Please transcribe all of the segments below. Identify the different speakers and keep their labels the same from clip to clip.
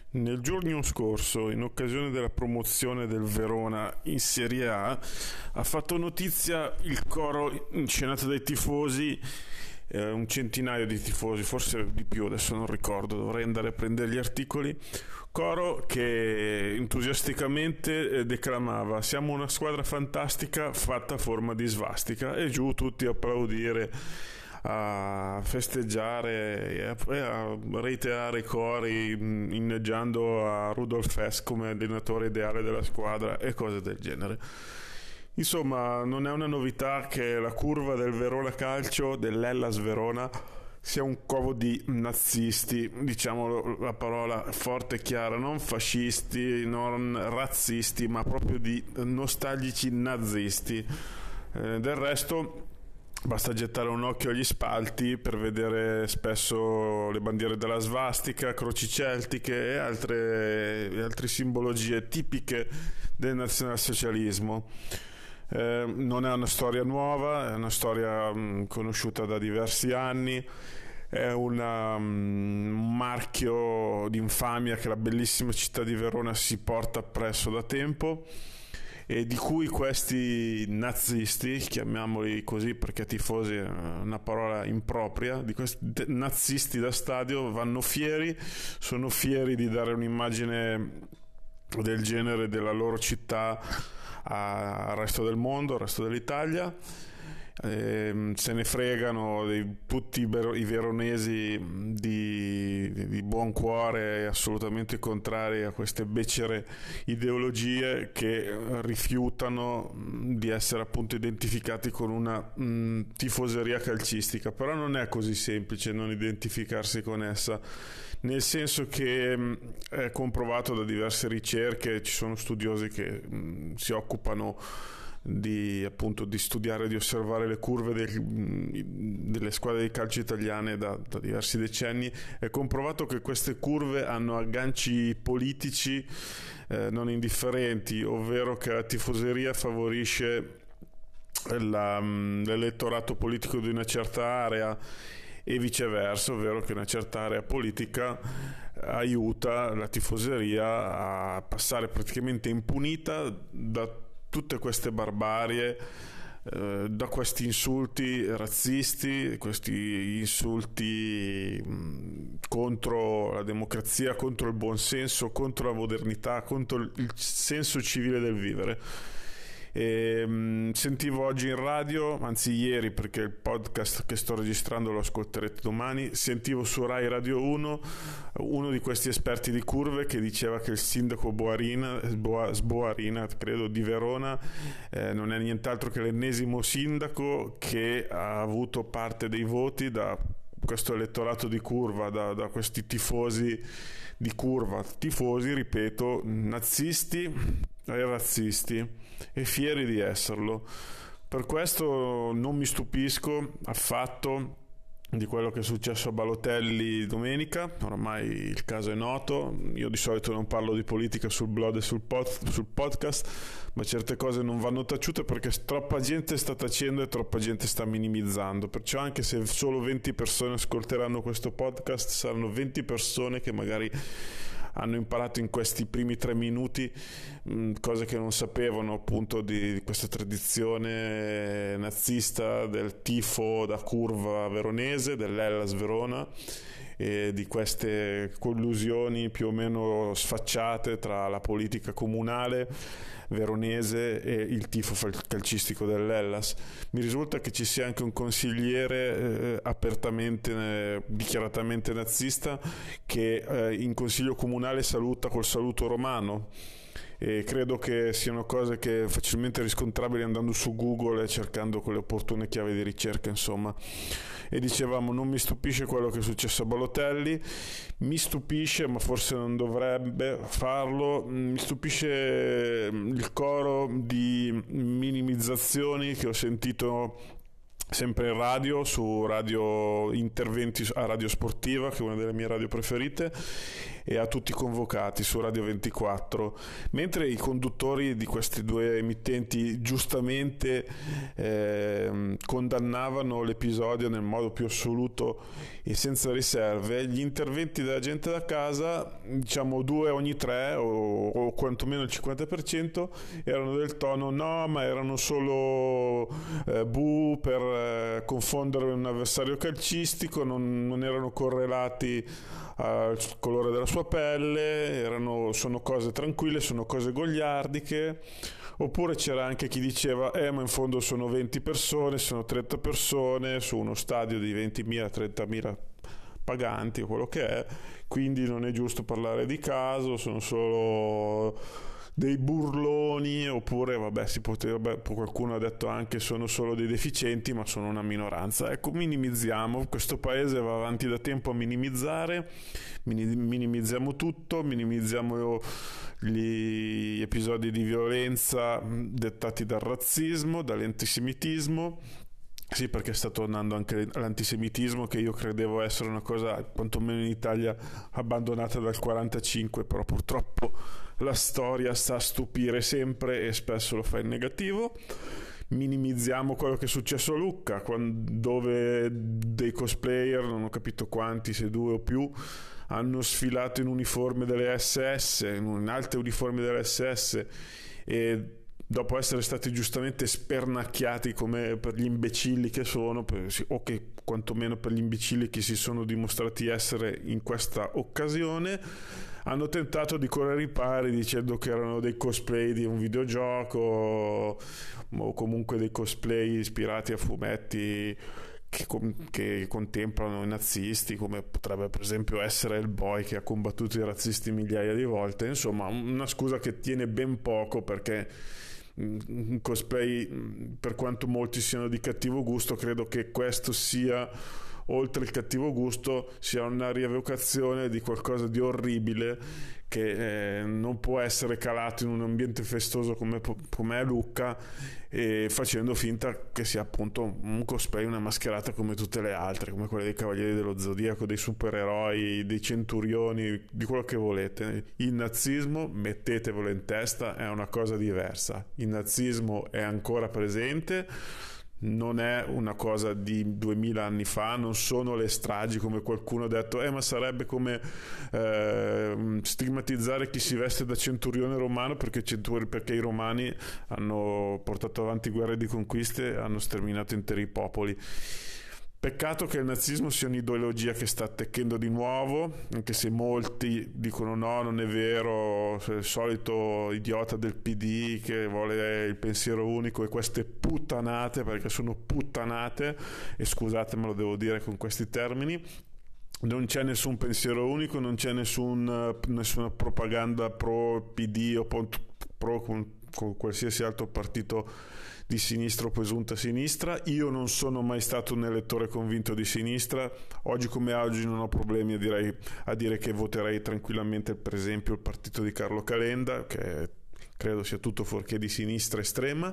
Speaker 1: Nel giugno scorso, in occasione della promozione del Verona in Serie A, ha fatto notizia il coro inscenato dai tifosi, un centinaio di tifosi, forse di più, adesso non ricordo, dovrei andare a prendere gli articoli. Coro che entusiasticamente declamava: siamo una squadra fantastica fatta a forma di svastica, e giù tutti a applaudire, a festeggiare e a reiterare i cori, inneggiando a Rudolf Hess come allenatore ideale della squadra e cose del genere. Insomma, non è una novità che la curva del Verona Calcio, dell'Hellas Verona, sia un covo di nazisti, diciamo la parola forte e chiara, non fascisti, non razzisti, ma proprio di nostalgici nazisti. Del resto basta gettare un occhio agli spalti per vedere spesso le bandiere della svastica, croci celtiche e altre simbologie tipiche del nazionalsocialismo. Non è una storia nuova, è una storia conosciuta da diversi anni, è un marchio di infamia che la bellissima città di Verona si porta appresso da tempo, e di cui questi nazisti, chiamiamoli così perché tifosi è una parola impropria, di questi nazisti da stadio vanno fieri, sono fieri di dare un'immagine del genere della loro città al resto del mondo, al resto dell'Italia. Se ne fregano di tutti i veronesi di buon cuore, assolutamente contrari a queste becere ideologie che rifiutano di essere appunto identificati con una tifoseria calcistica. Però non è così semplice non identificarsi con essa, nel senso che è comprovato da diverse ricerche, ci sono studiosi che si occupano di studiare, di osservare le curve delle squadre di calcio italiane da diversi decenni. È comprovato che queste curve hanno agganci politici non indifferenti, ovvero che la tifoseria favorisce l'elettorato politico di una certa area e viceversa, ovvero che una certa area politica aiuta la tifoseria a passare praticamente impunita da tutte queste barbarie, da questi insulti razzisti, questi insulti contro la democrazia, contro il buonsenso, contro la modernità, contro il senso civile del vivere. Sentivo oggi in radio, anzi ieri, perché il podcast che sto registrando lo ascolterete domani, sentivo su Rai Radio 1 uno di questi esperti di curve che diceva che il sindaco Sboarina, credo, di Verona non è nient'altro che l'ennesimo sindaco che ha avuto parte dei voti da questo elettorato di curva, da questi tifosi di curva, tifosi, ripeto, nazisti e razzisti, e fieri di esserlo. Per questo non mi stupisco affatto di quello che è successo a Balotelli domenica. Oramai il caso è noto, io di solito non parlo di politica sul blog e sul podcast, ma certe cose non vanno taciute perché troppa gente sta tacendo e troppa gente sta minimizzando. Perciò anche se solo 20 persone ascolteranno questo podcast, saranno 20 persone che magari hanno imparato in questi primi 3 minuti cose che non sapevano, appunto, di questa tradizione nazista del tifo da curva veronese, dell'Hellas Verona, e di queste collusioni più o meno sfacciate tra la politica comunale veronese e il tifo calcistico dell'Hellas. Mi risulta che ci sia anche un consigliere apertamente, dichiaratamente nazista, che in consiglio comunale saluta col saluto romano, e credo che siano cose che facilmente riscontrabili andando su Google e cercando quelle opportune chiavi di ricerca, insomma. E dicevamo, non mi stupisce quello che è successo a Balotelli, mi stupisce, ma forse non dovrebbe farlo, mi stupisce il coro di minimizzazioni che ho sentito sempre in radio, su radio interventi a Radio Sportiva, che è una delle mie radio preferite, e a tutti i convocati su Radio 24, mentre i conduttori di questi due emittenti giustamente condannavano l'episodio nel modo più assoluto e senza riserve, gli interventi della gente da casa, diciamo 2 ogni 3 o quantomeno il 50%, erano del tono no, ma erano solo per confondere un avversario calcistico, non erano correlati al colore della sua pelle, sono cose tranquille, sono cose goliardiche. Oppure c'era anche chi diceva ma in fondo sono 20 persone, sono 30 persone su uno stadio di 20.000, 30.000 paganti o quello che è, quindi non è giusto parlare di caso, sono solo dei burloni. Oppure qualcuno ha detto anche sono solo dei deficienti, ma sono una minoranza. Ecco, minimizziamo, questo paese va avanti da tempo a minimizzare, minimizziamo tutto, minimizziamo gli episodi di violenza dettati dal razzismo, dall'antisemitismo. Sì, perché sta tornando anche l'antisemitismo, che io credevo essere una cosa, quantomeno in Italia, abbandonata dal 45, però purtroppo la storia sta a stupire sempre e spesso lo fa in negativo. Minimizziamo quello che è successo a Lucca, dove dei cosplayer, non ho capito quanti, se 2 o più, hanno sfilato in uniforme delle SS, in alte uniformi delle SS, e dopo essere stati giustamente spernacchiati come per gli imbecilli che sono, o che quantomeno per gli imbecilli che si sono dimostrati essere in questa occasione, hanno tentato di correre i pari dicendo che erano dei cosplay di un videogioco o comunque dei cosplay ispirati a fumetti che contemplano i nazisti, come potrebbe per esempio essere Hellboy, che ha combattuto i razzisti migliaia di volte. Insomma, una scusa che tiene ben poco, perché un cosplay, per quanto molti siano di cattivo gusto, credo che questo sia, oltre il cattivo gusto, sia una rievocazione di qualcosa di orribile che non può essere calato in un ambiente festoso come è Lucca, e facendo finta che sia appunto un cosplay, una mascherata come tutte le altre, come quelle dei Cavalieri dello Zodiaco, dei supereroi, dei centurioni, di quello che volete. Il nazismo, mettetevelo in testa, è una cosa diversa. Il nazismo è ancora presente, non è una cosa di 2000 anni fa, non sono le stragi come qualcuno ha detto, ma sarebbe come stigmatizzare chi si veste da centurione romano perché i romani hanno portato avanti guerre di conquiste, hanno sterminato interi popoli. Peccato che il nazismo sia un'ideologia che sta attecchendo di nuovo, anche se molti dicono no, non è vero, è il solito idiota del PD che vuole il pensiero unico e queste puttanate, perché sono puttanate, e scusatemelo, devo dire con questi termini. Non c'è nessun pensiero unico, non c'è nessuna propaganda pro PD o pro con qualsiasi altro partito di sinistra o presunta sinistra. Io non sono mai stato un elettore convinto di sinistra, oggi come oggi non ho problemi a dire che voterei tranquillamente per esempio il partito di Carlo Calenda, che credo sia tutto fuorché di sinistra estrema.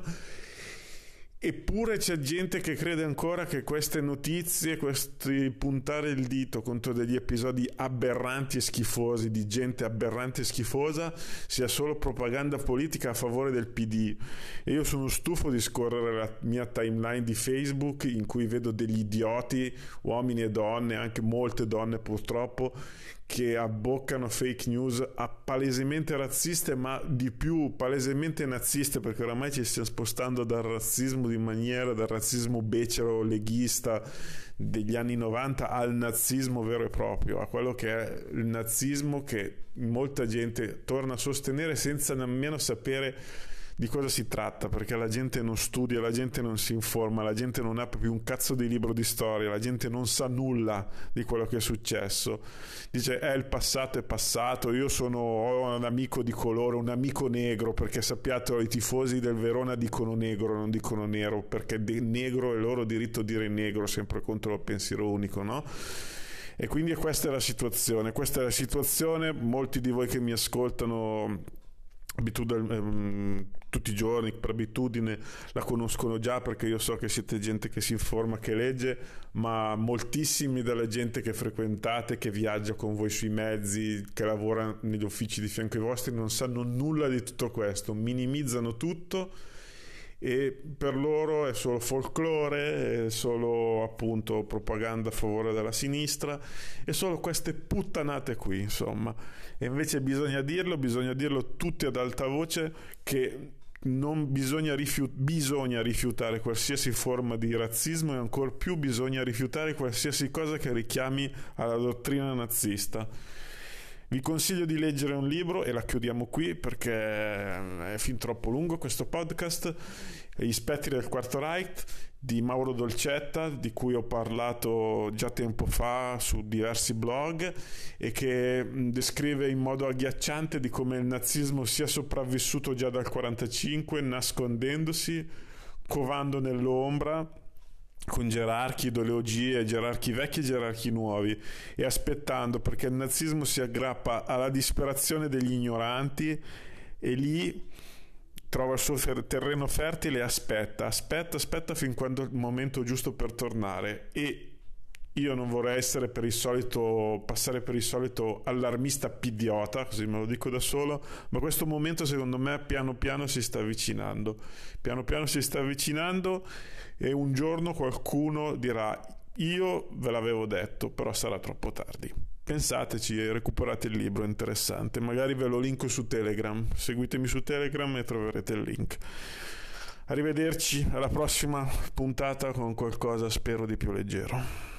Speaker 1: Eppure c'è gente che crede ancora che queste notizie, questi puntare il dito contro degli episodi aberranti e schifosi di gente aberrante e schifosa sia solo propaganda politica a favore del PD. E io sono stufo di scorrere la mia timeline di Facebook in cui vedo degli idioti, uomini e donne, anche molte donne purtroppo, che abboccano fake news palesemente razziste, ma di più palesemente naziste, perché oramai ci stiamo spostando dal razzismo di maniera, dal razzismo becero leghista degli anni 90 al nazismo vero e proprio, a quello che è il nazismo che molta gente torna a sostenere senza nemmeno sapere di cosa si tratta, perché la gente non studia, la gente non si informa, la gente non apre più un cazzo di libro di storia, la gente non sa nulla di quello che è successo. Dice il passato è passato, ho un amico di colore, un amico negro, perché sappiate i tifosi del Verona dicono negro, non dicono nero, perché negro è il loro diritto a dire negro, sempre contro il pensiero unico, no? E quindi questa è la situazione, molti di voi che mi ascoltano tutti i giorni per abitudine la conoscono già, perché io so che siete gente che si informa, che legge, ma moltissimi della gente che frequentate, che viaggia con voi sui mezzi, che lavora negli uffici di fianco ai vostri, non sanno nulla di tutto questo, minimizzano tutto e per loro è solo folklore, è solo appunto propaganda a favore della sinistra, e solo queste puttanate qui, insomma. E invece bisogna dirlo tutti ad alta voce, che non bisogna rifiutare qualsiasi forma di razzismo, e ancor più bisogna rifiutare qualsiasi cosa che richiami alla dottrina nazista. Vi consiglio di leggere un libro, e la chiudiamo qui perché è fin troppo lungo questo podcast, Gli spettri del Quarto Reich di Mauro Dolcetta, di cui ho parlato già tempo fa su diversi blog, e che descrive in modo agghiacciante di come il nazismo sia sopravvissuto già dal 1945, nascondendosi, covando nell'ombra, con gerarchi, ideologie, gerarchi vecchi e gerarchi nuovi, e aspettando, perché il nazismo si aggrappa alla disperazione degli ignoranti e lì trova il suo terreno fertile e aspetta fin quando è il momento giusto per tornare. E io non vorrei essere passare per il solito allarmista pidiota, così me lo dico da solo, ma questo momento secondo me piano piano si sta avvicinando, e un giorno qualcuno dirà: io ve l'avevo detto, però sarà troppo tardi. Pensateci e recuperate il libro, è interessante, magari ve lo linko su Telegram, seguitemi su Telegram e troverete il link. Arrivederci, alla prossima puntata con qualcosa spero di più leggero.